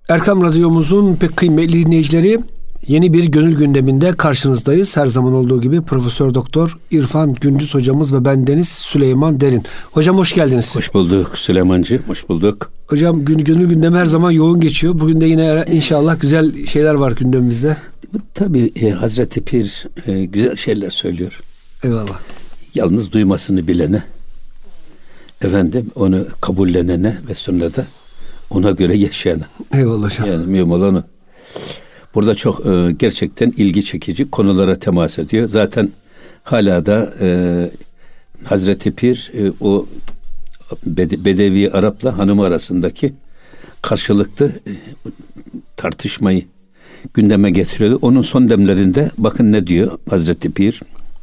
Erkam Radyomuzun pek kıymetli dinleyicileri, yeni bir gönül gündeminde karşınızdayız. Her zaman olduğu gibi Profesör Doktor İrfan Gündüz hocamız ve bendeniz Süleyman Derin. Hocam hoş geldiniz. Hoş bulduk Süleymancığım, hoş bulduk. Hocam gönül gündemi her zaman yoğun geçiyor. Bugün de yine inşallah güzel şeyler var gündemimizde. Tabii Hazreti Pir güzel şeyler söylüyor. Eyvallah. Yalnız duymasını bilene, efendim onu kabullenene ve sonra da ona göre yaşayana. Eyvallah hocam. Yani mühim olan o. Burada çok gerçekten ilgi çekici konulara temas ediyor. Zaten hala da Hazreti Pir o Bedevi Arap'la hanımı arasındaki karşılıklı tartışmayı gündeme getiriyordu. Onun son demlerinde bakın ne diyor Hazreti Pir.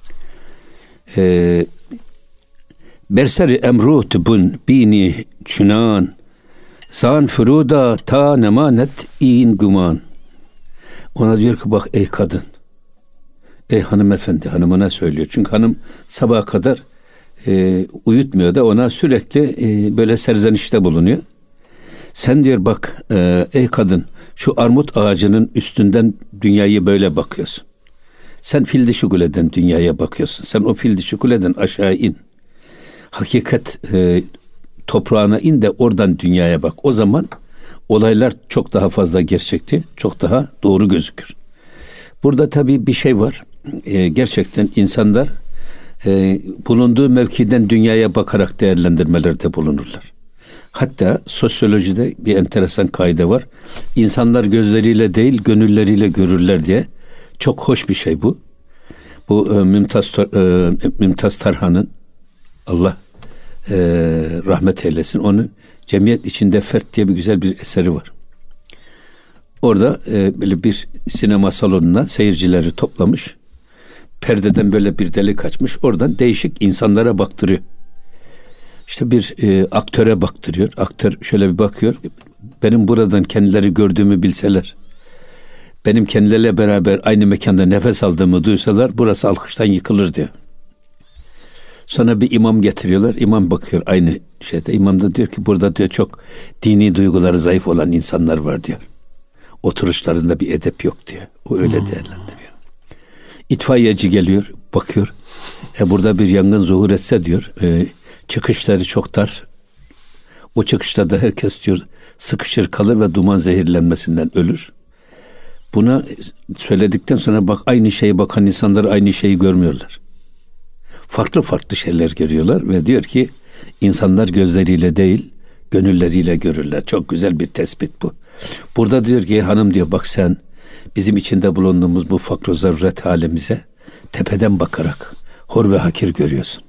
Berseri emrut bun bini çünan zan furuda ta nemanet in guman. Ona diyor ki bak ey kadın, ey hanımefendi, hanımına söylüyor. Çünkü hanım sabaha kadar uyutmuyor da ona sürekli böyle serzenişte bulunuyor. Sen diyor bak ey kadın, şu armut ağacının üstünden dünyayı böyle bakıyorsun. Sen fil dişi kuleden dünyaya bakıyorsun. Sen o fil dişi kuleden aşağı in. Hakikat toprağına in de oradan dünyaya bak. O zaman olaylar çok daha fazla gerçekti, çok daha doğru gözükür. Burada tabii bir şey var. Gerçekten insanlar bulunduğu mevkiden dünyaya bakarak değerlendirmelerde bulunurlar. Hatta sosyolojide bir enteresan kaide var. İnsanlar gözleriyle değil, gönülleriyle görürler diye. Çok hoş bir şey bu. Bu Mümtaz Tarhan'ın, Allah rahmet eylesin, onun Cemiyet İçinde Fert diye bir güzel bir eseri var. Orada böyle bir sinema salonuna seyircileri toplamış. Perdeden böyle bir delik açmış. Oradan değişik insanlara baktırıyor. İşte bir aktöre baktırıyor. Aktör şöyle bir bakıyor. Benim buradan kendileri gördüğümü bilseler, benim kendileriyle beraber aynı mekanda nefes aldığımı duysalar burası alkıştan yıkılır diyor. Sonra bir imam getiriyorlar. İmam bakıyor aynı şeyde. İmam da diyor ki burada diyor çok dini duyguları zayıf olan insanlar var diyor. Oturuşlarında bir edep yok diyor. O öyle değerlendiriyor. İtfaiyeci geliyor, bakıyor. Burada bir yangın zuhur etse diyor. Çıkışları çok dar. O çıkışlarda herkes diyor sıkışır kalır ve duman zehirlenmesinden ölür. Buna söyledikten sonra bak aynı şeye bakan insanlar aynı şeyi görmüyorlar. Farklı farklı şeyler görüyorlar ve diyor ki insanlar gözleriyle değil gönülleriyle görürler. Çok güzel bir tespit bu. Burada diyor ki hanım diyor bak sen bizim içinde bulunduğumuz bu fakr-ı zaruret halimize tepeden bakarak hor ve hakir görüyorsun.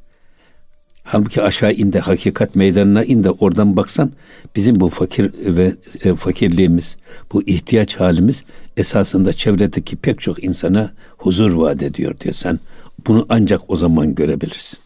Halbuki aşağı in de hakikat meydanına in de oradan baksan bizim bu fakir ve fakirliğimiz, bu ihtiyaç halimiz esasında çevredeki pek çok insana huzur vaat ediyor diyor. Sen bunu ancak o zaman görebilirsin.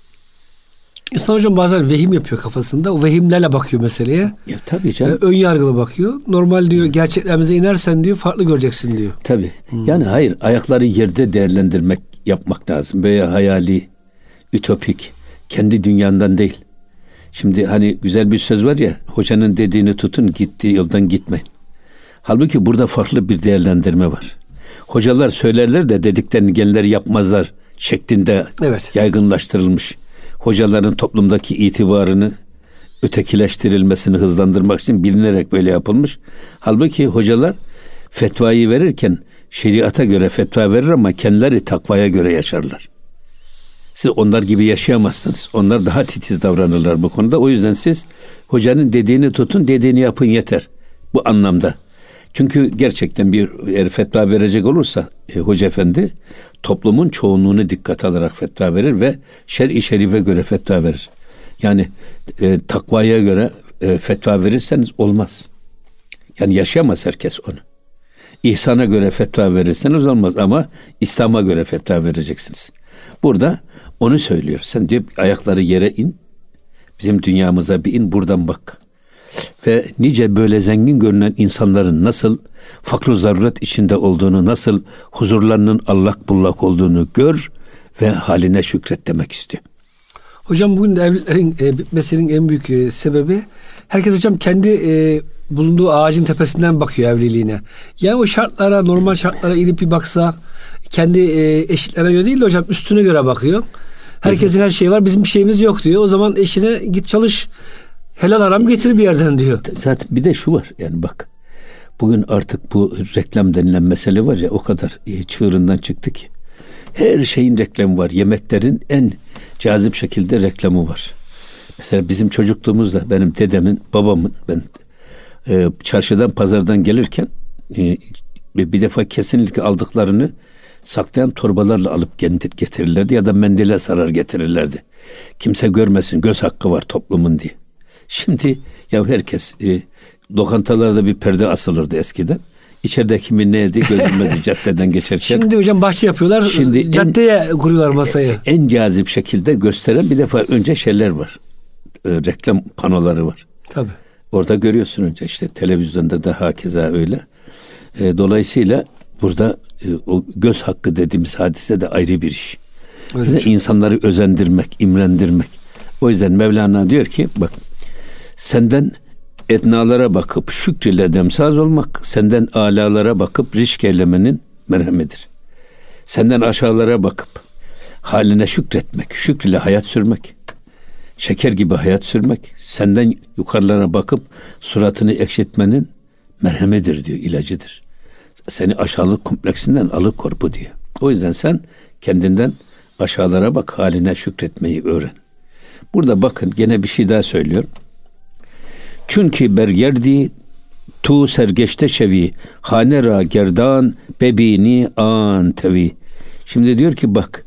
İnsan hocam bazen vehim yapıyor kafasında. O vehimlerle bakıyor meseleye. Ya tabii canım. Ön yargılı bakıyor. Normal diyor gerçeklerimize inersen diyor farklı göreceksin diyor. Tabii. Yani hayır, ayakları yerde değerlendirmek yapmak lazım. Veya hayali, ütopik, kendi dünyandan değil. Şimdi hani güzel bir söz var ya, hocanın dediğini tutun, gittiği yoldan gitmeyin. Halbuki burada farklı bir değerlendirme var. Hocalar söylerler de dediklerini kendileri yapmazlar şeklinde yaygınlaştırılmış. Hocaların toplumdaki itibarını ötekileştirilmesini hızlandırmak için bilinerek böyle yapılmış. Halbuki hocalar fetvayı verirken şeriata göre fetva verir ama kendileri takvaya göre yaşarlar. Siz onlar gibi yaşayamazsınız. Onlar daha titiz davranırlar bu konuda. O yüzden siz hocanın dediğini tutun, dediğini yapın yeter. Bu anlamda. Çünkü gerçekten eğer fetva verecek olursa hoca efendi toplumun çoğunluğunu dikkate alarak fetva verir ve şer-i şerife göre fetva verir. Yani takvaya göre fetva verirseniz olmaz. Yani yaşayamaz herkes onu. İhsana göre fetva verirseniz olmaz ama İslam'a göre fetva vereceksiniz. Burada onu söylüyor. Sen diyor ayakları yere in, bizim dünyamıza bir in, buradan bak. Ve nice böyle zengin görünen insanların nasıl fakr-ı zaruret içinde olduğunu, nasıl huzurlarının allak bullak olduğunu gör ve haline şükret demek istiyor. Hocam bugün de evliliklerin bitmesinin en büyük sebebi herkes hocam kendi bulunduğu ağacın tepesinden bakıyor evliliğine. Ya o şartlara, normal şartlara inip bir baksa, kendi eşitlere göre değil de hocam üstüne göre bakıyor. Herkesin her şeyi var, bizim bir şeyimiz yok diyor. O zaman eşine git çalış, helal haram getir bir yerden diyor. Zaten bir de şu var yani bak. Bugün artık bu reklam denilen mesele var ya, o kadar çığırından çıktı ki. Her şeyin reklamı var. Yemeklerin en cazip şekilde reklamı var. Mesela bizim çocukluğumuzda benim dedemin, babamın, ben çarşıdan, pazardan gelirken bir defa kesinlikle aldıklarını saklayan torbalarla alıp getirirlerdi ya da mendile sarar getirirlerdi. Kimse görmesin, göz hakkı var toplumun diye. Şimdi ya herkes lokantalarda bir perde asılırdı eskiden. İçeride kimin neydi gözükmedi caddeden geçerken. Şimdi hocam bahçe yapıyorlar. Şimdi caddeye kuruyorlar masayı. En cazip şekilde gösteren bir defa önce şeyler var. Reklam panoları var. Tabii. Orada görüyorsun önce, işte televizyonda da hakeza öyle. Dolayısıyla burada o göz hakkı dediğimiz hadise de ayrı bir iş. Evet. İnsanları özendirmek, imrendirmek. O yüzden Mevlana diyor ki bak, senden etnalara bakıp şükriyle demsaz olmak, senden âlâlara bakıp rişk eylemenin merhemidir. Senden aşağılara bakıp haline şükretmek, şükriyle hayat sürmek, şeker gibi hayat sürmek, senden yukarılara bakıp suratını ekşitmenin merhemidir diyor, ilacıdır. Seni aşağılık kompleksinden alıkor bu diyor. O yüzden sen kendinden aşağılara bak, haline şükretmeyi öğren. Burada bakın gene bir şey daha söylüyorum. Çünkü bergerdi tu sergeçte şevi hanera gerdan bebini an tevi. Şimdi diyor ki bak,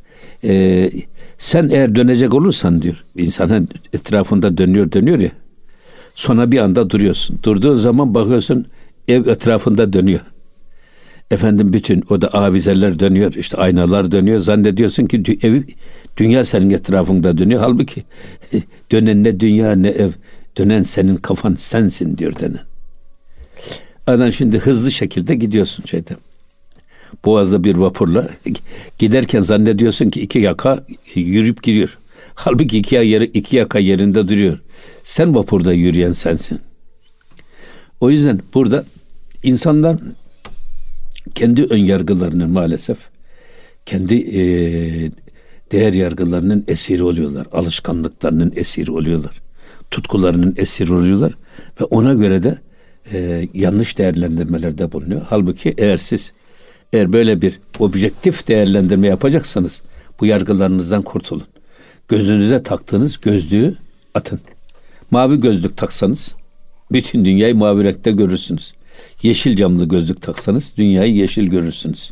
sen eğer dönecek olursan diyor, insanın etrafında dönüyor ya, sonra bir anda duruyorsun. Durduğun zaman bakıyorsun ev etrafında dönüyor. Efendim bütün o da avizeler dönüyor, işte aynalar dönüyor. Zannediyorsun ki ev, dünya senin etrafında dönüyor. Halbuki dönen ne dünya ne ev, dönen senin kafan, sensin diyor denen. Adam şimdi hızlı şekilde gidiyorsun şeyden. Boğaz'da bir vapurla giderken zannediyorsun ki iki yaka yürüyüp gidiyor. Halbuki iki yaka yerinde duruyor. Sen vapurda yürüyen sensin. O yüzden burada insanlar kendi ön yargılarının maalesef kendi değer yargılarının esiri oluyorlar. Alışkanlıklarının esiri oluyorlar. Tutkularının esiri oluyorlar. Ve ona göre de yanlış değerlendirmelerde bulunuyor. Halbuki eğer böyle bir objektif değerlendirme yapacaksanız bu yargılarınızdan kurtulun. Gözünüze taktığınız gözlüğü atın. Mavi gözlük taksanız bütün dünyayı mavi renkte görürsünüz. Yeşil camlı gözlük taksanız dünyayı yeşil görürsünüz.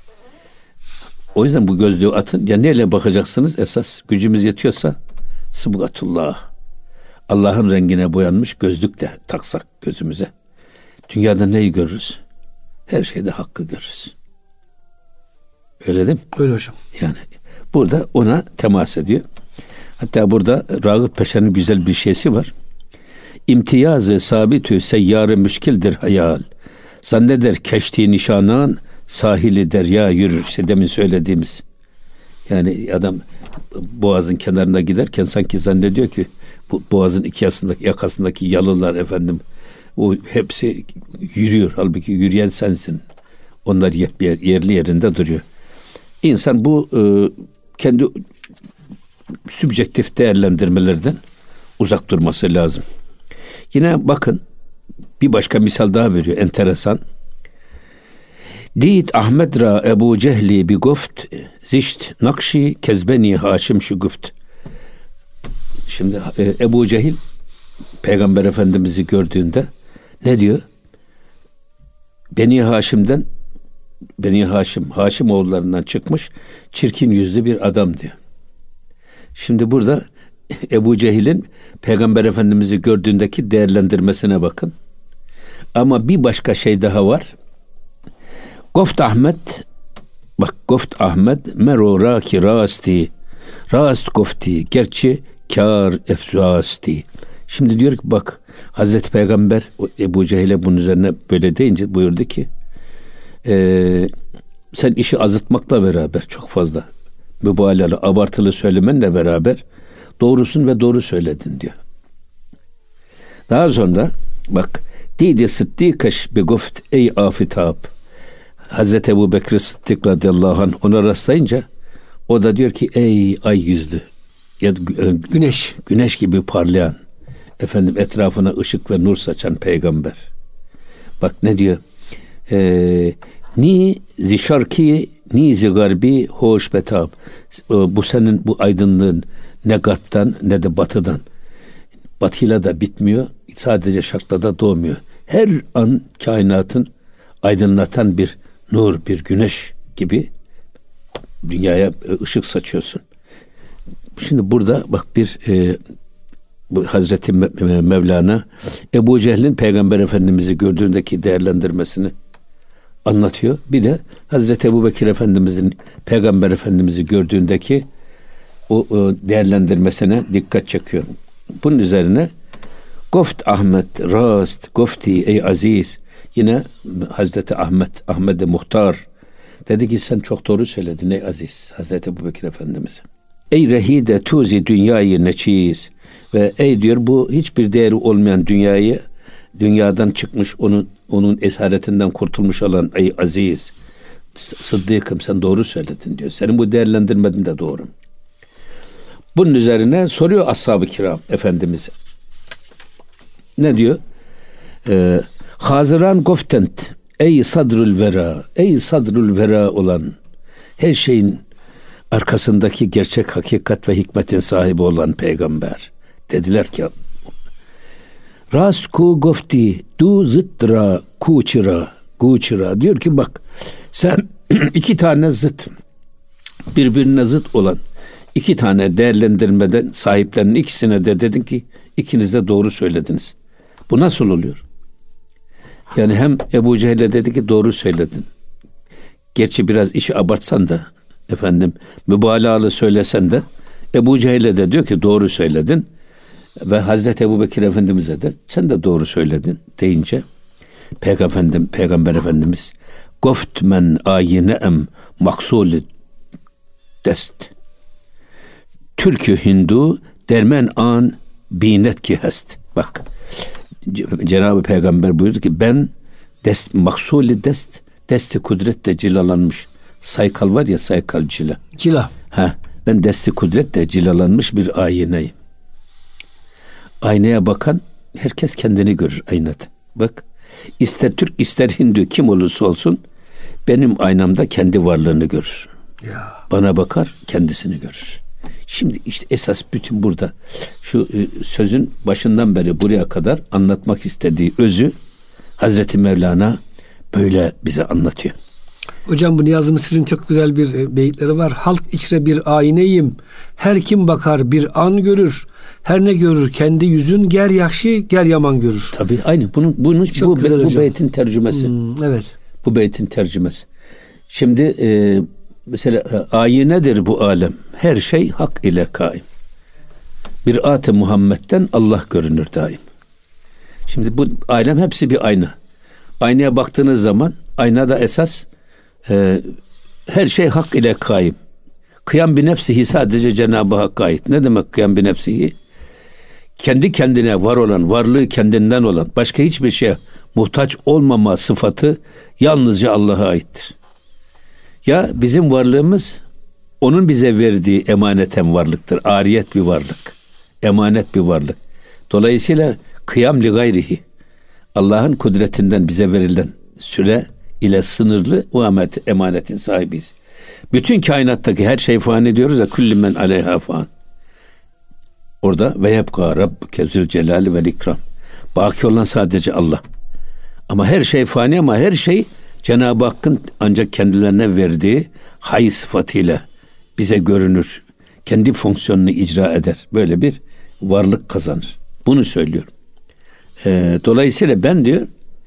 O yüzden bu gözlüğü atın. Ya neyle bakacaksınız? Esas gücümüz yetiyorsa sıbgatullah. Allah'ın rengine boyanmış gözlük de taksak gözümüze. Dünyada neyi görürüz? Her şeyde hakkı görürüz. Öyle değil mi? Öyle hocam. Yani burada ona temas ediyor. Hatta burada Ragıp Paşa'nın güzel bir şeysi var. İmtiyazı sabitü seyyarı müşkildir hayal. Zanneder keşti nişanan sahili derya yürür. İşte demin söylediğimiz. Yani adam boğazın kenarında giderken sanki zannediyor ki bu boğazın yakasındaki yalılar efendim, o hepsi yürüyor. Halbuki yürüyen sensin. Onlar yerli yerinde duruyor. İnsan bu kendi sübjektif değerlendirmelerden uzak durması lazım. Yine bakın bir başka misal daha veriyor, enteresan. Dit Ahmed ra Ebu Cehli bi guft zişt nakşi kezbeni Haşim şu guft. Şimdi Ebu Cehil Peygamber Efendimiz'i gördüğünde ne diyor? Haşim oğullarından çıkmış çirkin yüzlü bir adam diyor. Şimdi burada Ebu Cehil'in Peygamber Efendimiz'i gördüğündeki değerlendirmesine bakın. Ama bir başka şey daha var. Goft Ahmet merora ki rasti rast gofti gerçi kar efzasti. Şimdi diyor ki bak, Hazreti Peygamber Ebu Cehil'e bunun üzerine böyle deyince buyurdu ki sen işi azıtmakla beraber çok fazla mübalağalı, abartılı söylemenle beraber doğrusun ve doğru söyledin diyor. Daha sonra bak Didi Sıddikaş be guft ey afitab. Hazreti Ebu Bekir Sıddık radıyallahu anh ona rastlayınca o da diyor ki ey ay yüzlü ya güneş gibi parlayan efendim etrafına ışık ve nur saçan peygamber. Bak ne diyor? Ni zişarki ni zigarbi hoş betab. Bu senin bu aydınlığın ne garptan ne de batıdan. Batıyla da bitmiyor. Sadece şarkla da doğmuyor. Her an kainatın aydınlatan bir nur, bir güneş gibi dünyaya ışık saçıyorsun. Şimdi burada bak bir bu Hazreti Mevlana Ebu Cehil'in Peygamber Efendimiz'i gördüğündeki değerlendirmesini anlatıyor. Bir de Hazreti Ebu Bekir Efendimiz'in Peygamber Efendimiz'i gördüğündeki o değerlendirmesine dikkat çekiyor. Bunun üzerine Goft Ahmet Rast Gofti ey aziz. Yine Hazreti Ahmet Muhtar dedi ki sen çok doğru söyledin ey aziz. Hazreti Ebu Bekir Efendimiz. Ey rehide tuzi dünyayı neçiz. Ve ey diyor bu hiçbir değeri olmayan dünyayı dünyadan çıkmış onun esaretinden kurtulmuş olan ey aziz. Sıddıkım sen doğru söyledin diyor. Senin bu değerlendirmedin de doğru. Bunun üzerine soruyor ashab-ı kiram Efendimiz. Ne diyor? Haziran goftent ey sadrul vera, ey sadrul vera olan her şeyin arkasındaki gerçek hakikat ve hikmetin sahibi olan peygamber. Dediler ki Rasku gofti du zıttra kuçira diyor ki bak sen iki tane zıt birbirine zıt olan iki tane değerlendirmeden sahiplerinin ikisine de dedin ki ikiniz de doğru söylediniz. Bu nasıl oluyor? Yani hem Ebu Cehil'e dedi ki doğru söyledin. Gerçi biraz işi abartsan da efendim mübalağalı söylesen de Ebu Cehil'e de diyor ki doğru söyledin. Ve Hazreti Ebu Bekir Efendimiz'e de sen de doğru söyledin deyince Peygamber Efendimiz Goft men ayine em maksulü dest. Türkü Hindu dermen an binet ki hest. Bak Cenab-ı Peygamber buyurdu ki ben maksulü desti kudretle cilalanmış. Saykal var ya saykal cila. Ben desti kudretle cilalanmış bir aynayım. Aynaya bakan herkes kendini görür aynada. Bak ister Türk ister Hindu kim olursa olsun benim aynamda kendi varlığını görür. Ya. Bana bakar kendisini görür. Şimdi işte esas bütün burada şu sözün başından beri buraya kadar anlatmak istediği özü Hazreti Mevlana böyle bize anlatıyor. Hocam bu Niyazi Mısır'ın çok güzel bir beyitleri var. Halk içre bir ayneyim. Her kim bakar bir an görür. Her ne görür kendi yüzün ger yakşı ger yaman görür. Tabii aynı. Bu beytin tercümesi. Evet. Bu beytin tercümesi. Şimdi mesela ayinedir bu alem. Her şey hak ile kaim. Bir at-ı Muhammed'den Allah görünür daim. Şimdi bu alem hepsi bir ayna. Aynaya baktığınız zaman aynada esas her şey hak ile kaim. Kıyam bi nefsihi sadece Cenab-ı Hakk'a ait. Ne demek kıyam bi nefsihi? Kendi kendine var olan, varlığı kendinden olan, başka hiçbir şeye muhtaç olmama sıfatı yalnızca Allah'a aittir. Ya bizim varlığımız onun bize verdiği emaneten varlıktır. Ariyet bir varlık. Emanet bir varlık. Dolayısıyla kıyam li gayrihi. Allah'ın kudretinden bize verilen süre ile sınırlı o emanetin sahibiyiz. Bütün kainattaki her şey fani diyoruz ya kulli men aleyha fan. Orada ve yebka rabbuke zül celali vel ikram. Baki olan sadece Allah. Ama her şey fani ama her şey Cenab-ı Hakk'ın ancak kendilerine verdiği hay sıfatıyla bize görünür. Kendi fonksiyonunu icra eder. Böyle bir varlık kazanır. Bunu söylüyorum. Dolayısıyla ben diyor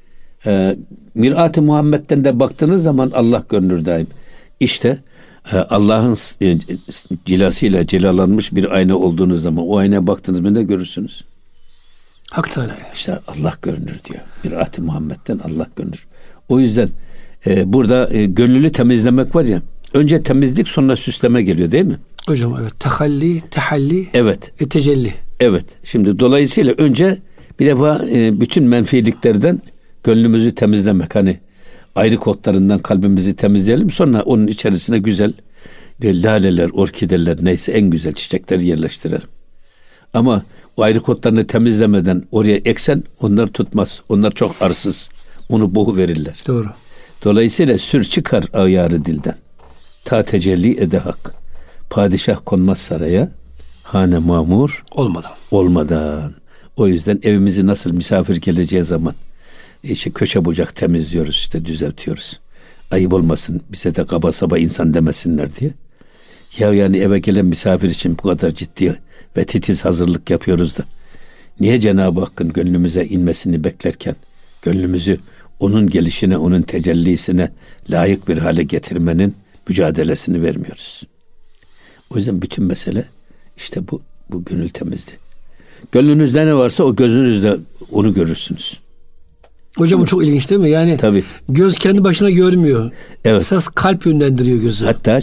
Mirat-ı Muhammed'den de baktığınız zaman Allah görünür daim. İşte Allah'ın cilasıyla cilalanmış bir ayna olduğunuz zaman o aynaya baktığınız zaman ne görürsünüz? Hak Teala. İşte Allah görünür diyor. Mirat-ı Muhammed'den Allah görünür. O yüzden burada gönlünü temizlemek var ya, önce temizlik sonra süsleme geliyor değil mi? Hocam evet. Tehalli, evet. Tecelli. Evet. Şimdi dolayısıyla önce Bir defa bütün menfiliklerden gönlümüzü temizlemek. Hani ayrı otlarından kalbimizi temizleyelim. Sonra onun içerisine güzel laleler, orkideler, neyse en güzel çiçekleri yerleştirelim. Ama o ayrı otlarını temizlemeden oraya eksen onlar tutmaz. Onlar çok arsız. Onu boğu verirler. Doğru. Dolayısıyla sür çıkar ayarı dilden. Ta tecelli ede hak. Padişah konmaz saraya. Hane mamur olmadan. O yüzden evimizi nasıl misafir geleceği zaman işte köşe bucak temizliyoruz, işte düzeltiyoruz. Ayıp olmasın, bize de kaba saba insan demesinler diye. Ya yani eve gelen misafir için bu kadar ciddi ve titiz hazırlık yapıyoruz da niye Cenab-ı Hakk'ın gönlümüze inmesini beklerken gönlümüzü onun gelişine, onun tecellisine layık bir hale getirmenin mücadelesini vermiyoruz. O yüzden bütün mesele işte bu gönül temizliği. Gönlünüzde ne varsa o gözünüzde onu görürsünüz. Hocam bu çok ilginç değil mi? Yani tabii. Göz kendi başına görmüyor. Evet. Esas kalp yönlendiriyor gözü. Hatta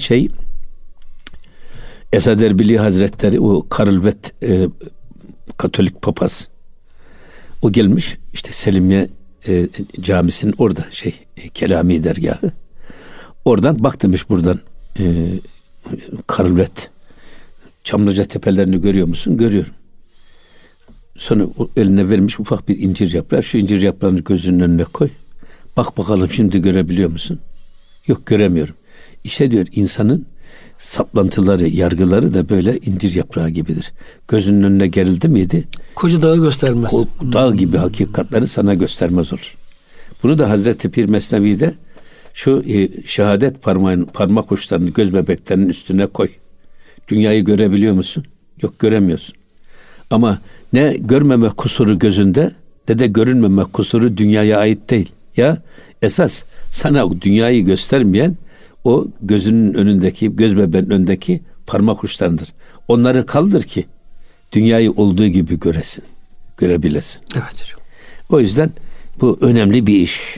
Esad Erbili Hazretleri, o Karılvet Katolik papaz, o gelmiş işte Selimiye camisinin orada Kelami dergahı. Oradan bak demiş, buradan Karılvet Çamlıca tepelerini görüyor musun? Görüyorum. Sonra eline vermiş ufak bir incir yaprağı. Şu incir yaprağını gözünün önüne koy. Bak bakalım şimdi görebiliyor musun? Yok, göremiyorum. İşte diyor, insanın saplantıları, yargıları da böyle incir yaprağı gibidir. Gözünün önüne gerildi miydi? Koca dağı göstermez. O dağ gibi hakikatleri sana göstermez olur. Bunu da Hazreti Pir Mesnevi'de şu şehadet parmak uçlarını göz bebeklerinin üstüne koy. Dünyayı görebiliyor musun? Yok, göremiyorsun. Ama ne görmeme kusuru gözünde ne de görünmeme kusuru dünyaya ait değil. Ya esas sana dünyayı göstermeyen o gözünün önündeki, göz bebeğinin önündeki parmak uçlarıdır. Onları kaldır ki dünyayı olduğu gibi göresin, görebilesin. Evet hocam. O yüzden bu önemli bir iş.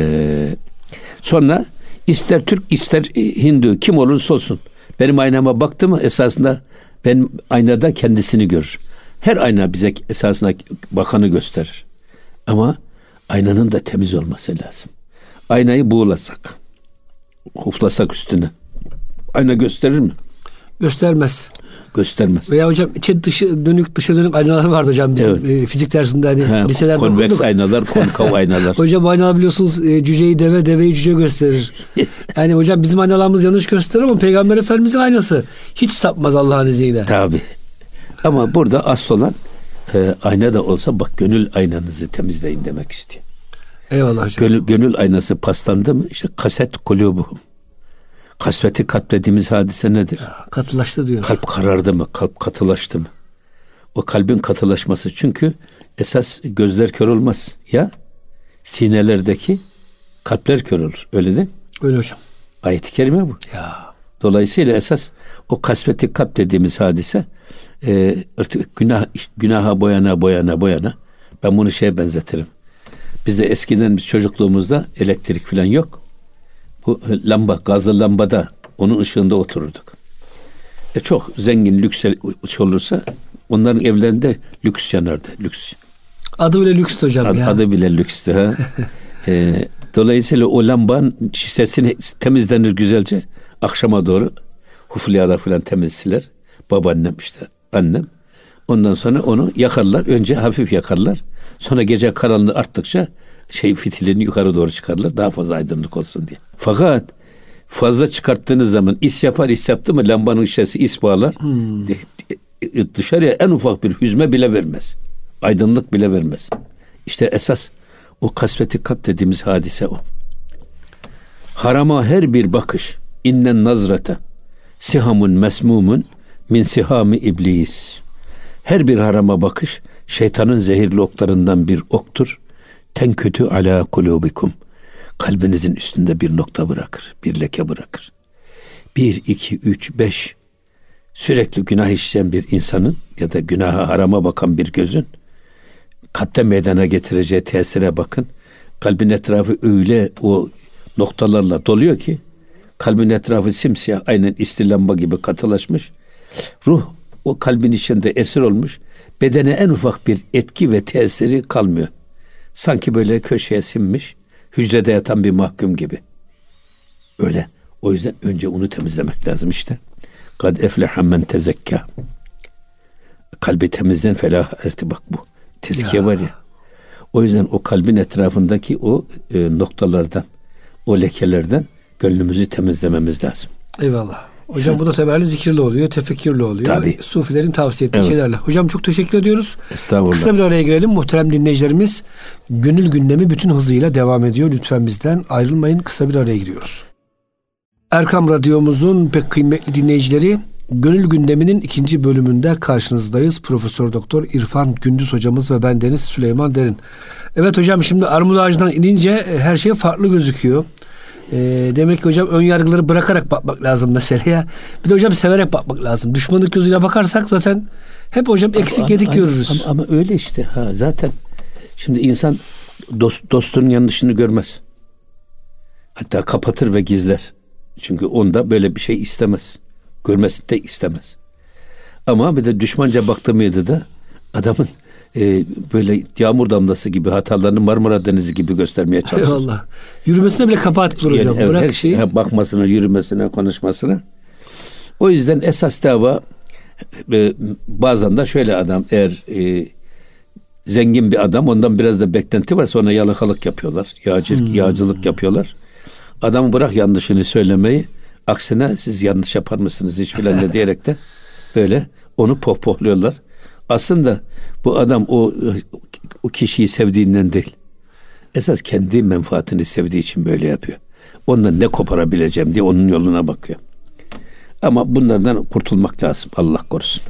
Sonra ister Türk ister Hindu, kim olursa olsun benim aynama baktı mı esasında benim aynada kendisini görür. Her ayna bize esasında bakanı gösterir. Ama aynanın da temiz olması lazım. Aynayı buğulasak, huflasak üstüne, ayna gösterir mi? Göstermez. Göstermez. Veya hocam içe dışı dönük, dışa dönük aynalar vardı hocam bizim fizik dersinde, hani liselerde konveks okuduk. aynalar, konkav aynalar. Hocam aynalar biliyorsunuz cüceyi deve, deveyi cüce gösterir. Yani hocam bizim aynalarımız yanlış gösterir ama Peygamber Efendimizin aynası hiç sapmaz Allah'ın izniyle. Tabii. Ama burada asıl olan ayna da olsa bak, gönül aynanızı temizleyin demek istiyor. Eyvallah hocam. Gönül aynası paslandı mı işte kaset kulubuhum. Kasveti kalp dediğimiz hadise nedir? Katılaştı diyor. Kalp karardı mı? Kalp katılaştı mı? O kalbin katılaşması, çünkü esas gözler kör olmaz. Ya sinelerdeki kalpler kör olur. Öyle değil mi? Öyle hocam. Ayet-i kerime bu. Ya. Dolayısıyla esas o kasveti kalp dediğimiz hadise günaha boyana. Ben bunu benzetirim. Bizde eskiden, biz çocukluğumuzda elektrik falan yok. Bu lamba, gazlı lambada, onun ışığında otururduk. Çok zengin, lüks olursa onların evlerinde lüks yanardı. Lüks. Adı bile lükstü hocam. Adı bile lükstü. Ha. Dolayısıyla o lambanın şişesini temizlenir güzelce. Akşama doğru hufliyada falan temizsiler. Babaannem, işte annem. Ondan sonra onu yakarlar. Önce hafif yakarlar. Sonra gece karanlığı arttıkça fitilini yukarı doğru çıkarlar. Daha fazla aydınlık olsun diye. Fakat fazla çıkarttığınız zaman is yaptı mı lambanın şişesi is bağlar. Dışarıya en ufak bir hüzme bile vermez. Aydınlık bile vermez. İşte esas o kasveti kalp dediğimiz hadise o. Harama her bir bakış, innen nazrata sihamun mesmumun min sihami iblis. Her bir harama bakış şeytanın zehirli oklarından bir oktur. Ten kötü ala kulubikum. Kalbinizin üstünde bir nokta bırakır, bir leke bırakır. 1, 2, 3, 5 sürekli günah işleyen bir insanın ya da günaha, harama bakan bir gözün kalpte meydana getireceği tesire bakın. Kalbin etrafı öyle o noktalarla doluyor ki kalbin etrafı simsiyah, aynen istilamba gibi katılaşmış. Ruh o kalbin içinde esir olmuş. bedene en ufak bir etki ve tesiri kalmıyor. Sanki böyle köşeye sinmiş, hücrede yatan bir mahkum gibi. Öyle. O yüzden önce onu temizlemek lazım işte. Kad efleha men tezekka. Kalbi temizlen felah erti, bak bu. Tezkiye var ya. O yüzden o kalbin etrafındaki o noktalardan, o lekelerden gönlümüzü temizlememiz lazım. Eyvallah. Hocam bu da temelli zikirle oluyor, tefekkürle oluyor. Tabii. Sufilerin tavsiye ettiği şeylerle. Hocam çok teşekkür ediyoruz. Estağfurullah. Kısa bir araya girelim. Muhterem dinleyicilerimiz, gönül gündemi bütün hızıyla devam ediyor. Lütfen bizden ayrılmayın. Kısa bir araya giriyoruz. Erkam Radyomuzun pek kıymetli dinleyicileri, Gönül Gündemi'nin 2. bölümünde karşınızdayız. Profesör Doktor İrfan Gündüz hocamız ve bendeniz Süleyman Derin. Evet hocam, şimdi armut ağacından inince her şey farklı gözüküyor. Demek ki hocam ön yargıları bırakarak bakmak lazım meseleye. Bir de hocam severek bakmak lazım. Düşmanlık gözüyle bakarsak zaten hep hocam eksik yedik görürüz. Ama öyle işte. Zaten şimdi insan dostunun yanlışını görmez. Hatta kapatır ve gizler. Çünkü onda böyle bir şey istemez. Görmesini de istemez. Ama bir de düşmanca baktı mıydı da adamın böyle yağmur damlası gibi hatalarını Marmara Denizi gibi göstermeye çalışır. Eyvallah. Yürümesine bile kabahat bulur hocam. Evet, bırak her şeyi. Bakmasına, yürümesine, konuşmasına. O yüzden esas dava bazen de şöyle, adam eğer zengin bir adam, ondan biraz da beklenti varsa ona yalakalık yapıyorlar. Yağcılık yapıyorlar. Adamı bırak yanlışını söylemeyi, aksine siz yanlış yapar mısınız hiç filan ne diyerek de böyle onu pohpohluyorlar. Aslında bu adam o kişiyi sevdiğinden değil. Esas kendi menfaatini sevdiği için böyle yapıyor. Ondan ne koparabileceğim diye onun yoluna bakıyor. Ama bunlardan kurtulmak lazım. Allah korusun.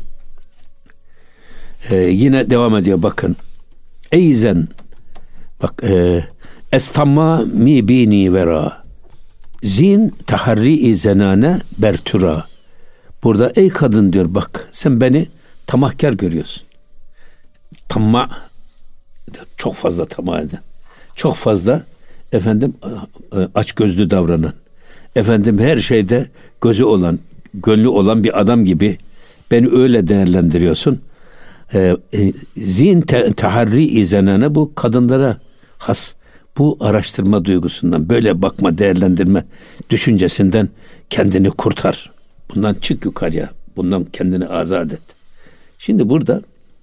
Yine devam ediyor bakın. Eyzen bak estamma mi bini vera zin taharri zenane bertura. Burada ey kadın diyor, bak sen beni tamahkar görüyorsun. Tamma, çok fazla tamah eden, çok fazla açgözlü davranan, her şeyde gözü olan, gönlü olan bir adam gibi beni öyle değerlendiriyorsun. Zin taharri zenane, bu kadınlara has, bu araştırma duygusundan, böyle bakma, değerlendirme düşüncesinden kendini kurtar. Bundan çık yukarıya. Bundan kendini azat et. Şimdi burada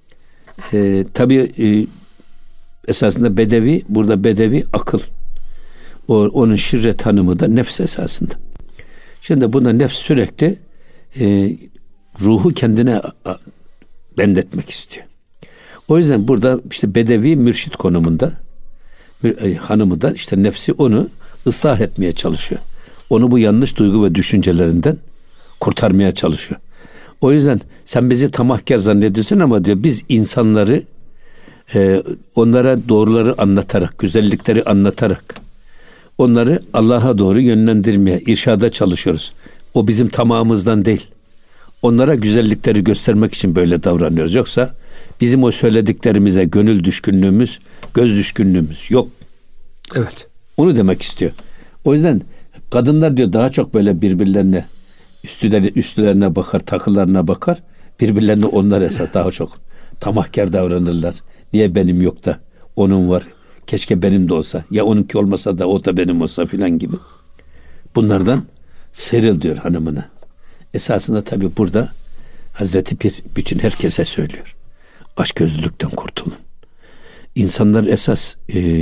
tabii esasında bedevi akıl. Onun şirret tanımı da nefs esasında. Şimdi buna nefs sürekli ruhu kendine bendetmek istiyor. O yüzden burada işte bedevi mürşit konumunda hanımı da işte nefsi onu ıslah etmeye çalışıyor. Onu bu yanlış duygu ve düşüncelerinden kurtarmaya çalışıyor. O yüzden sen bizi tamahkar zannediyorsun ama diyor, biz insanları onlara doğruları anlatarak, güzellikleri anlatarak onları Allah'a doğru yönlendirmeye, irşada çalışıyoruz. O bizim tamamımızdan değil. Onlara güzellikleri göstermek için böyle davranıyoruz. Yoksa bizim o söylediklerimize gönül düşkünlüğümüz, göz düşkünlüğümüz yok. Evet. Onu demek istiyor. O yüzden kadınlar diyor daha çok böyle birbirlerine üstlerine bakar, takılarına bakar. Birbirlerine onlar esas daha çok tamahkar davranırlar. Niye benim yok da onun var? Keşke benim de olsa. Ya onunki olmasa da o da benim olsa filan gibi. Bunlardan sıyrıl diyor hanımına. Esasında tabii burada Hazreti Pir bütün herkese söylüyor. Açgözlülükten kurtulun. İnsanlar esas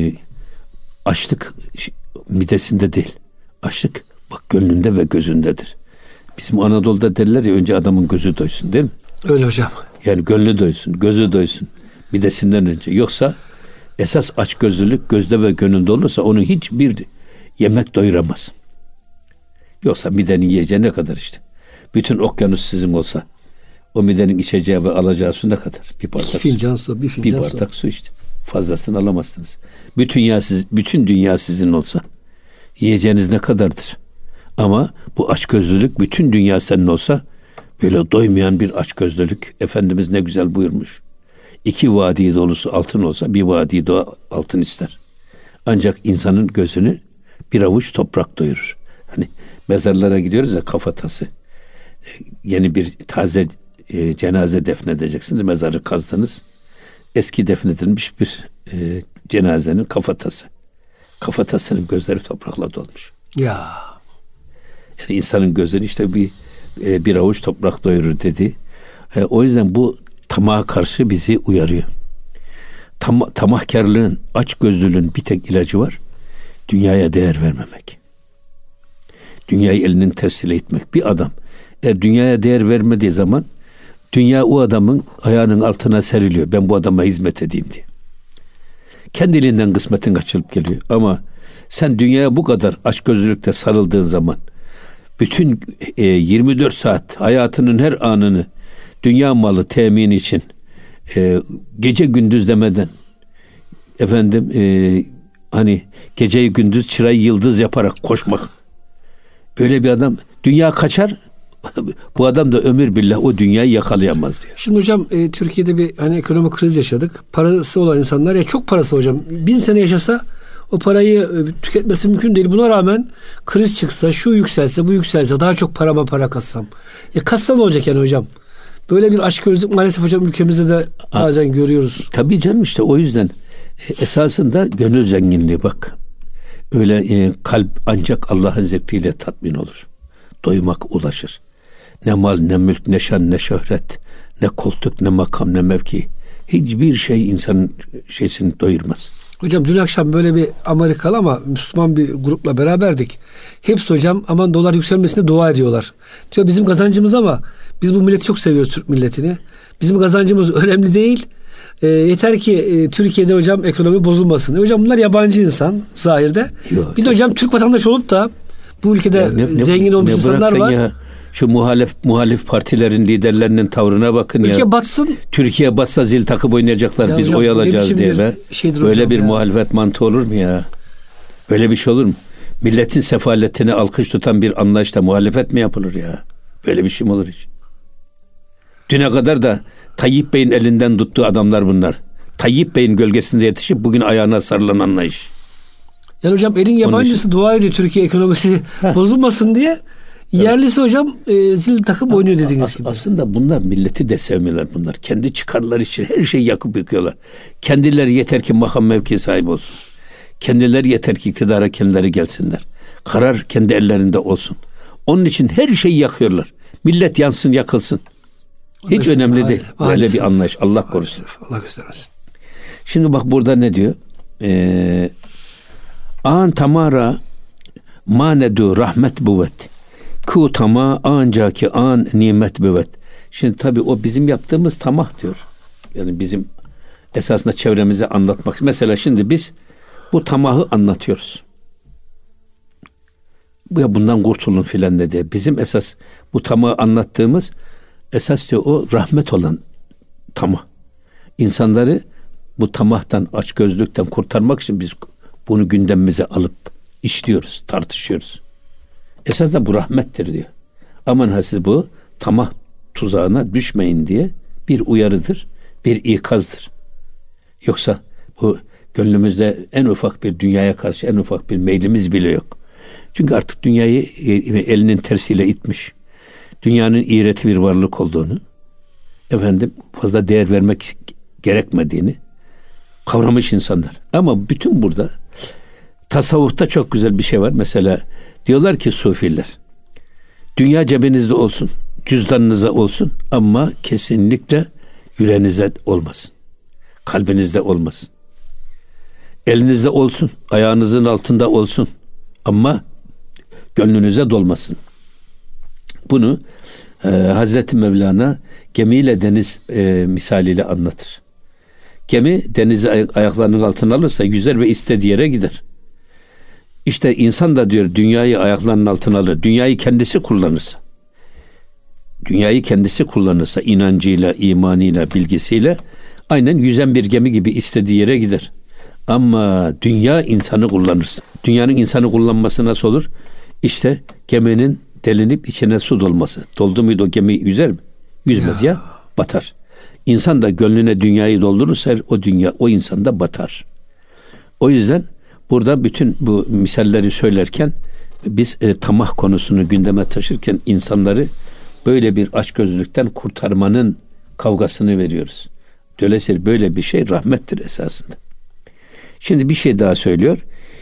açlık midesinde değil. Açlık bak gönlünde ve gözündedir. Bizim Anadolu'da derler ya, önce adamın gözü doysun, değil mi? Öyle hocam. Yani gönlü doysun, gözü doysun midesinden önce. Yoksa esas açgözlülük gözde ve gönlünde olursa onu hiçbir yemek doyuramaz. Yoksa midenin yiyeceği ne kadar işte. Bütün okyanus sizin olsa o midenin içeceği ve alacağı su ne kadar? Bir bardak su. Bir bardak su işte. Fazlasını alamazsınız. Bütün dünya sizin olsa yiyeceğiniz ne kadardır? Ama bu açgözlülük, bütün dünya senin olsa böyle doymayan bir açgözlülük. Efendimiz ne güzel buyurmuş. 2 vadi dolusu altın olsa 1 vadi altın ister. Ancak insanın gözünü bir avuç toprak doyurur. Hani mezarlara gidiyoruz ya, kafatası. Yeni bir taze cenaze defnedeceksiniz. Mezarı kazdınız. Eski defnedilmiş bir cenazenin kafatası. Kafatasının gözleri toprakla dolmuş. Ya. Yani insanın gözleri işte bir avuç toprak doyurur dedi. O yüzden bu tamaha karşı bizi uyarıyor. Tamahkarlığın, açgözlülüğün bir tek ilacı var. Dünyaya değer vermemek. Dünyayı elinin tersiyle itmek. Bir adam eğer dünyaya değer vermediği zaman dünya o adamın ayağının altına seriliyor. Ben bu adama hizmet edeyim diye. Kendiliğinden kısmetin açılıp geliyor. Ama sen dünyaya bu kadar açgözlülükle sarıldığın zaman bütün 24 saat hayatının her anını dünya malı temin için gece gündüz demeden hani geceyi gündüz çırayı yıldız yaparak koşmak. Böyle bir adam dünya kaçar. Bu adam da ömür billah o dünyayı yakalayamaz diyor. Şimdi hocam Türkiye'de bir hani ekonomik kriz yaşadık. Parası olan insanlar ya çok parası hocam. 1000 sene yaşasa o parayı tüketmesi mümkün değil. Buna rağmen kriz çıksa, şu yükselse, bu yükselse daha çok para kassam. Ya kassa ne olacak yani hocam? Böyle bir açgözlülük maalesef hocam ülkemizde de bazen görüyoruz. Tabii canım işte o yüzden esasında gönül zenginliği bak. Öyle kalp ancak Allah'ın zevkiyle tatmin olur. Doymak ulaşır. Ne mal, ne mülk, ne şan, ne şöhret, ne koltuk, ne makam, ne mevki. Hiçbir şey insanın şeysini doyurmaz. Hocam dün akşam böyle bir Amerikalı ama Müslüman bir grupla beraberdik. Hepsi hocam aman dolar yükselmesine dua ediyorlar. Diyor bizim kazancımız ama biz bu milleti çok seviyoruz, Türk milletini. Bizim kazancımız önemli değil. Yeter ki Türkiye'de hocam ekonomi bozulmasın. Hocam bunlar yabancı insan zahirde. Yok, bir de hocam Türk vatandaşı olup da bu ülkede zengin olmuş insanlar var. Ya. Şu muhalif partilerin liderlerinin tavrına bakın Ülke ya. batsın. Türkiye batsa zil takıp oynayacaklar ya biz hocam, oy alacağız diye be. Böyle bir muhalefet mantığı olur mu ya? Öyle bir şey olur mu? Milletin sefaletini alkış tutan bir anlayışla muhalefet mi yapılır ya? Böyle bir şey mi olur hiç? Düne kadar da Tayyip Bey'in elinden tuttuğu adamlar bunlar. Tayyip Bey'in gölgesinde yetişip bugün ayağına sarılan anlayış. Yani hocam elin yabancısı dua ediyor Türkiye ekonomisi bozulmasın diye. Yerlisi hocam zil takıp oynuyor dediğiniz gibi. Aslında bunlar milleti de sevmiyorlar bunlar. Kendi çıkarları için her şeyi yakıp yıkıyorlar. Kendileri yeter ki makam mevki sahibi olsun. Kendileri yeter ki iktidara kendileri gelsinler. Karar kendi ellerinde olsun. Onun için her şeyi yakıyorlar. Millet yansın yakılsın. Hiç önemli değil. Böyle bir anlayış. Allah korusun. Allah göstermesin. Şimdi bak burada ne diyor? An tamara manedu rahmet buvet. Ku tama ancak ki an nimet büvet. Şimdi tabii o bizim yaptığımız tamah diyor. Yani bizim esasında çevremize anlatmak. Mesela şimdi biz bu tamahı anlatıyoruz. Ya bundan kurtulun filan dedi. Bizim esas bu tamahı anlattığımız esas diyor o rahmet olan tamah. İnsanları bu tamahtan, açgözlükten kurtarmak için biz bunu gündemimize alıp işliyoruz, tartışıyoruz. Esas da bu rahmettir diyor. Aman ha siz bu tamah tuzağına düşmeyin diye bir uyarıdır, bir ikazdır. Yoksa bu gönlümüzde en ufak bir dünyaya karşı en ufak bir meylimiz bile yok. Çünkü artık dünyayı elinin tersiyle itmiş. Dünyanın iğreti bir varlık olduğunu, fazla değer vermek gerekmediğini kavramış insanlar. Ama bütün burada tasavvufta çok güzel bir şey var. Mesela diyorlar ki sufiler, dünya cebinizde olsun, cüzdanınıza olsun ama kesinlikle yüreğinizde olmasın. Kalbinizde olmasın. Elinizde olsun, ayağınızın altında olsun ama gönlünüze dolmasın. Bunu Hazreti Mevlana gemiyle deniz misaliyle anlatır. Gemi denizi ayaklarının altına alırsa yüzer ve istediği yere gider. İşte insan da diyor dünyayı ayaklarının altına alır. Dünyayı kendisi kullanırsa inancıyla, imanıyla, bilgisiyle aynen yüzen bir gemi gibi istediği yere gider. Ama dünya insanı kullanırsa, dünyanın insanı kullanması nasıl olur? İşte geminin delinip içine su dolması. Doldu muydu o gemi yüzer mi? Yüzmez ya batar. İnsan da gönlüne dünyayı doldurursa o insan da batar. O yüzden burada bütün bu misalleri söylerken biz tamah konusunu gündeme taşırken insanları böyle bir açgözlülükten kurtarmanın kavgasını veriyoruz. Dolayısıyla böyle bir şey rahmettir esasında. Şimdi bir şey daha söylüyor.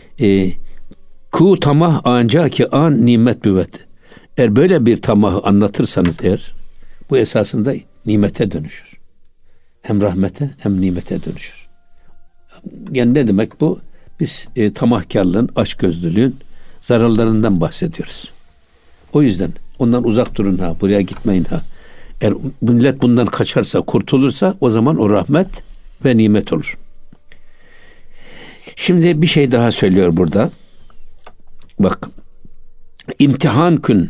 Ku tamah ancak ki an nimet büvet. Eğer böyle bir tamahı anlatırsanız eğer, bu esasında nimete dönüşür. Hem rahmete hem nimete dönüşür. Yani ne demek bu? Biz tamahkarlığın, açgözlülüğün zararlarından bahsediyoruz. O yüzden ondan uzak durun ha, buraya gitmeyin ha. Eğer millet bundan kaçarsa, kurtulursa o zaman o rahmet ve nimet olur. Şimdi bir şey daha söylüyor burada. Bak, imtihan kün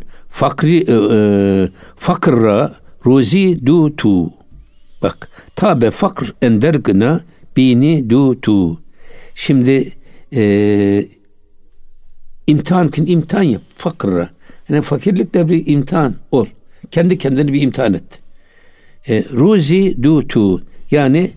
fakra ruzi dutu. Bak, tabe fakr endergına bini dutu. Şimdi imtihan kün, imtihan yap fakra. Yani fakirlikle bir imtihan ol. Kendi kendini bir imtihan et. Ruzi dutu, yani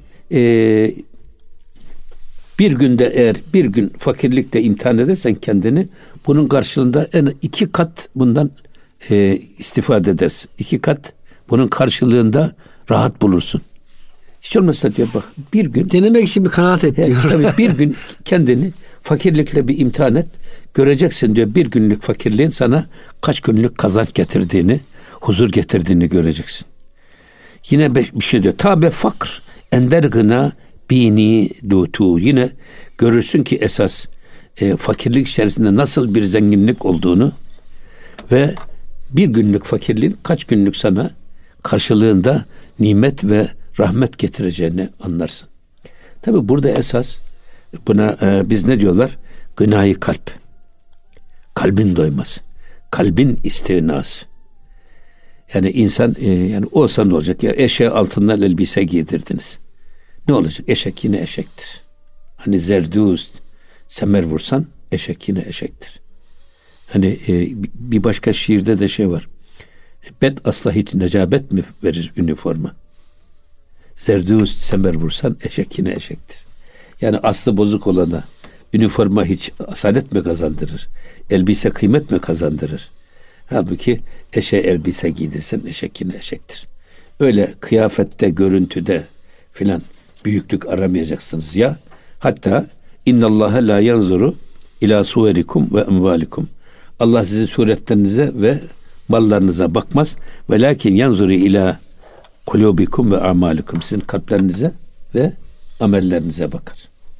bir günde eğer bir gün fakirlikte imtihan edersen kendini, bunun karşılığında en 2 kat bundan istifade edersin. 2 kat bunun karşılığında rahat bulursun. Hiç olmazsa diyor bak, bir gün denemek için bir kanaat et diyor. Tabii bir gün kendini fakirlikle bir imtihan et. Göreceksin diyor, bir günlük fakirliğin sana kaç günlük kazanç getirdiğini, huzur getirdiğini göreceksin. Yine bir şey diyor. Tabe fakr endergına bini dutu. Yine görürsün ki esas fakirlik içerisinde nasıl bir zenginlik olduğunu ve bir günlük fakirliğin kaç günlük sana karşılığında nimet ve rahmet getireceğini anlarsın. Tabi burada esas buna biz ne diyorlar? Gınayı kalp. Kalbin doyması. Kalbin istinası. Yani insan yani olsa ne olacak? Ya eşeğe altından elbise giydirdiniz. Ne olacak? Eşek yine eşektir. Hani zerdust, semer vursan eşek yine eşektir. Hani bir başka şiirde de şey var. Bet asla hiç necabet mi verir üniforma? Zerdust, semer vursan eşek yine eşektir. Yani aslı bozuk olana üniforma hiç asalet mi kazandırır? Elbise kıymet mi kazandırır? Halbuki eşeğe elbise giydirsen eşek yine eşektir. Öyle kıyafette, görüntüde filan büyüklük aramayacaksınız ya. Hatta innallâhe la yanzuru ila suverikum ve emvalikum. Allah sizin suretlerinize ve mallarınıza bakmaz. Velakin yanzuru ila kulubikum ve amalikum. Sizin kalplerinize ve amellerinize bakar.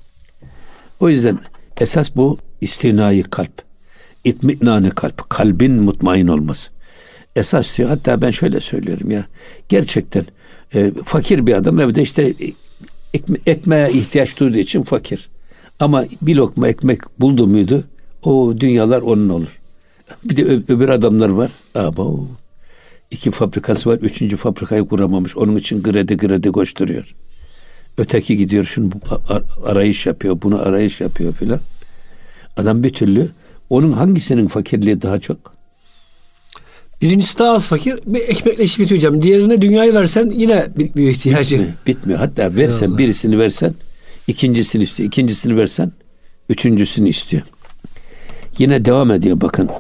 O yüzden esas bu istinayı kalp. İtminanı kalp. Kalbin mutmain olması. Esas diyor. Hatta ben şöyle söylüyorum ya. Gerçekten fakir bir adam evde işte ekmeğe ihtiyaç duyduğu için fakir. Ama bir lokma ekmek buldu muydu o dünyalar onun olur. Bir de öbür adamlar var. 2 fabrikası var. 3. fabrikayı kuramamış. Onun için gredi koşturuyor. Öteki gidiyor şunu arayış yapıyor. Bunu arayış yapıyor filan. Adam bir türlü, onun hangisinin fakirliği daha çok? Birincisi daha az fakir. Bir ekmekle işi bitiyor hocam. Diğerine dünyayı versen yine bitmiyor ihtiyacı. Bitmiyor. Hatta versen, eyvallah, birisini versen ikincisini istiyor. İkincisini versen üçüncüsünü istiyor. Yine devam ediyor bakın.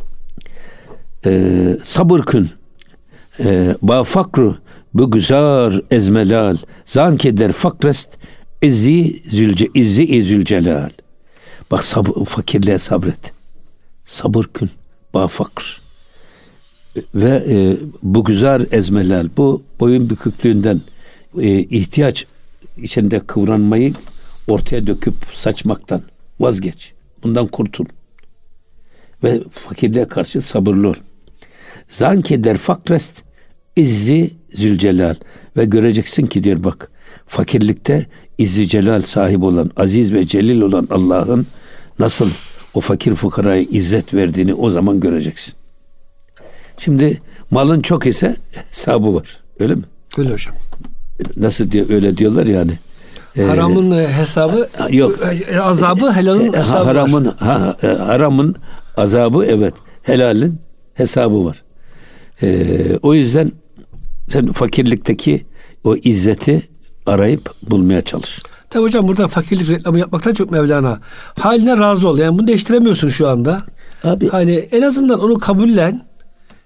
Sabır kün ba fakru bu güzar ezmelal zanke der fakrest izzi zülcelal. Bak fakirliğe sabret. Sabır kün ba fakr. Ve bu güzar ezmelal, bu boyun büküklüğünden ihtiyaç içinde kıvranmayı ortaya döküp saçmaktan vazgeç. Bundan kurtul. Ve fakirliğe karşı sabırlı ol. Zanke der fakrest izzi zülcelal. Ve göreceksin ki diyor bak, fakirlikte izzi celal sahibi olan, aziz ve celil olan Allah'ın nasıl o fakir fukaraya izzet verdiğini o zaman göreceksin. Şimdi malın çok ise hesabı var. Öyle mi? Öyle hocam. Nasıl diyor, öyle diyorlar yani. Haramın hesabı yok. Azabı, helalın hesabı var. Haramın azabı, evet. Helalin hesabı var. O yüzden sen fakirlikteki o izzeti arayıp bulmaya çalış. Tabii hocam, burada fakirlik reklamı yapmaktan çok Mevlana. Haline razı ol. Yani bunu değiştiremiyorsun şu anda. Abi, hani en azından onu kabullen.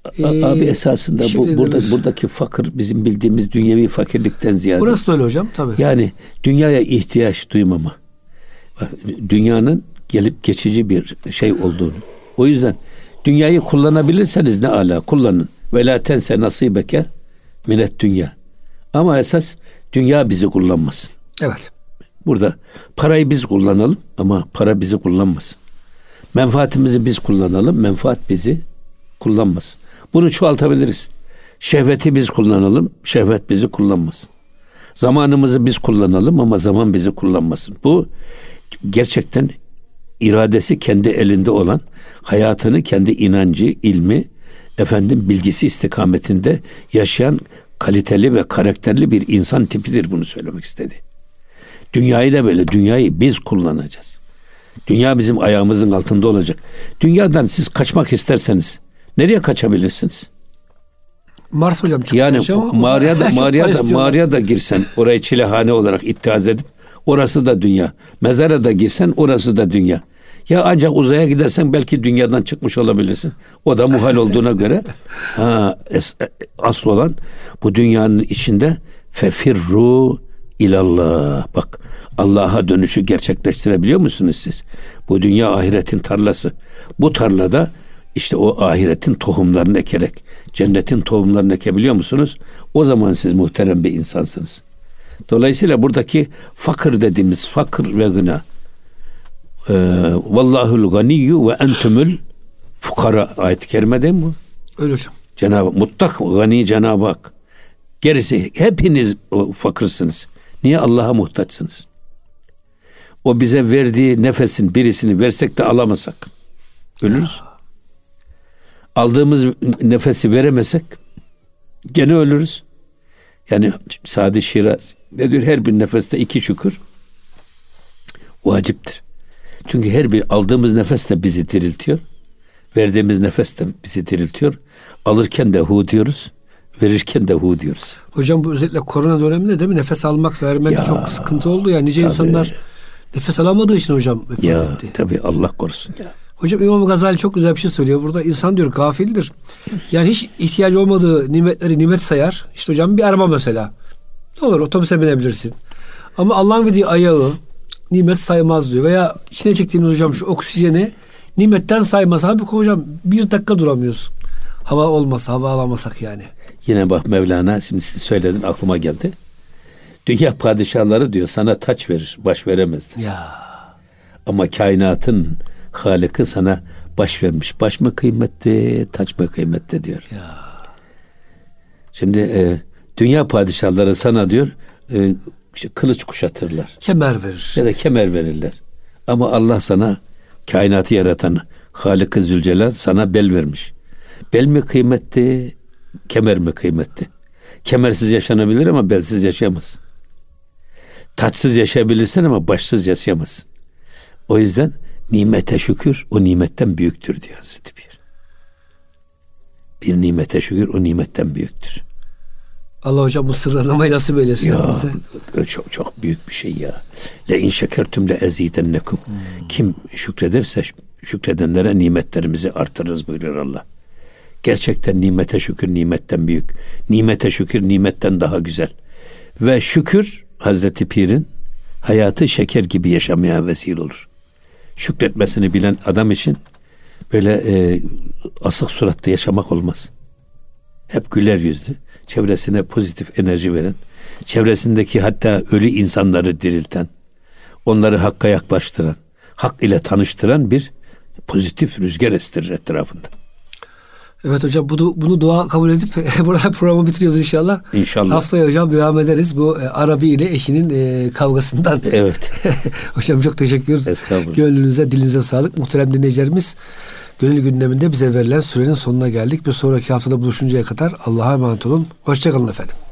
Abi esasında buradaki fakir bizim bildiğimiz dünyevi fakirlikten ziyade. Burası da öyle hocam tabii. Yani dünyaya ihtiyaç duymama. Dünyanın gelip geçici bir şey olduğunu. O yüzden dünyayı kullanabilirseniz ne ala kullanın. Ve la tense nasibeke minet dünya. Ama esas dünya bizi kullanmasın. Evet. Burada parayı biz kullanalım ama para bizi kullanmasın. Menfaatimizi biz kullanalım, menfaat bizi kullanmasın. Bunu çoğaltabiliriz. Şehveti biz kullanalım, şehvet bizi kullanmasın. Zamanımızı biz kullanalım ama zaman bizi kullanmasın. Bu gerçekten iradesi kendi elinde olan, hayatını kendi inancı, ilmi, bilgisi istikametinde yaşayan kaliteli ve karakterli bir insan tipidir, bunu söylemek istedi. Dünyayı da böyle, dünyayı biz kullanacağız. Dünya bizim ayağımızın altında olacak. Dünyadan siz kaçmak isterseniz nereye kaçabilirsiniz? Mars hocam çıktı. Yani mağaraya da girsen, orayı çilehane olarak ittihaz edip orası da dünya. Mezara da girsen orası da dünya. Ya ancak uzaya gidersen belki dünyadan çıkmış olabilirsin. O da muhal olduğuna göre asıl olan bu dünyanın içinde fefirru ilallah. Bak, Allah'a dönüşü gerçekleştirebiliyor musunuz siz? Bu dünya ahiretin tarlası. Bu tarlada işte o ahiretin tohumlarını ekerek cennetin tohumlarını ekebiliyor musunuz? O zaman siz muhterem bir insansınız. Dolayısıyla buradaki fakir dediğimiz fakir ve gına, vallahul ganiyyu ve entumul fukara ayet-i kerime değil mi bu? Öyle hocam. Cenab-ı mutlak gani Cenab-ı Hak. Gerisi hepiniz fakirsiniz. Niye? Allah'a muhtaçsınız. O bize verdiği nefesin birisini versek de alamasak ölürüz. Aldığımız nefesi veremesek gene ölürüz. Yani Sadi Şiraz ne diyor? Her bir nefeste 2 şükür vaciptir. Çünkü her bir aldığımız nefes de bizi diriltiyor. Verdiğimiz nefes de bizi diriltiyor. Alırken de hu diyoruz. Verirken de hu diyoruz. Hocam bu özellikle korona döneminde değil mi? Nefes almak, vermek çok sıkıntı oldu ya. Nice insanlar nefes alamadığı için hocam vefat etti. Tabii Allah korusun ya. Hocam İmam Gazali çok güzel bir şey söylüyor. Burada insan diyor gafildir. Yani hiç ihtiyacı olmadığı nimetleri nimet sayar. İşte hocam bir araba mesela. Ne olur otobüse binebilirsin. Ama Allah'ın verdiği ayağı nimet saymaz diyor. Veya içine çektiğimiz hocam şu oksijeni nimetten saymaz. Abi hocam 1 dakika duramıyoruz. Hava olmasa, hava alamasak yani. Yine bak Mevlana, şimdi siz söyledin aklıma geldi. Dünya padişahları diyor sana taç verir, baş veremezdi. Ya. Ama kainatın Halık'ı sana baş vermiş. Baş mı kıymetli, taç mı kıymetli diyor. Ya. Şimdi dünya padişahları sana diyor işte kılıç kuşatırlar. Kemer verir. Ya da kemer verirler. Ama Allah sana, kainatı yaratan Halık-ı Zülcelal sana bel vermiş. Bel mi kıymetli, kemer mi kıymetli? Kemersiz yaşanabilir ama belsiz yaşayamazsın. Taçsız yaşayabilirsin ama başsız yaşayamazsın. O yüzden nimete şükür o nimetten büyüktür diyor Hazreti Pir. Bir nimete şükür o nimetten büyüktür. Allah hocam bu sıralamayı nasip eylesin. Ya çok çok büyük bir şey ya. Le in şekertum le ezidennekum. Kim şükrederse şükredenlere nimetlerimizi artırırız buyuruyor Allah. Gerçekten nimete şükür nimetten büyük. Nimete şükür nimetten daha güzel. Ve şükür Hazreti Pir'in hayatı şeker gibi yaşamaya vesile olur. Şükretmesini bilen adam için böyle asık suratlı yaşamak olmaz. Hep güler yüzlü, çevresine pozitif enerji veren, çevresindeki hatta ölü insanları dirilten, onları hakka yaklaştıran, hak ile tanıştıran bir pozitif rüzgar estirir etrafında. Evet hocam bunu dua kabul edip burada programı bitiriyoruz inşallah. İnşallah. Haftaya hocam devam ederiz bu Arabi ile eşinin kavgasından. Evet. Hocam çok teşekkür ederim. Estağfurullah. Gönlünüze, dilinize sağlık. Muhterem dinleyicilerimiz, Gönül gündeminde bize verilen sürenin sonuna geldik. Bir sonraki haftada buluşuncaya kadar Allah'a emanet olun. Hoşça kalın efendim.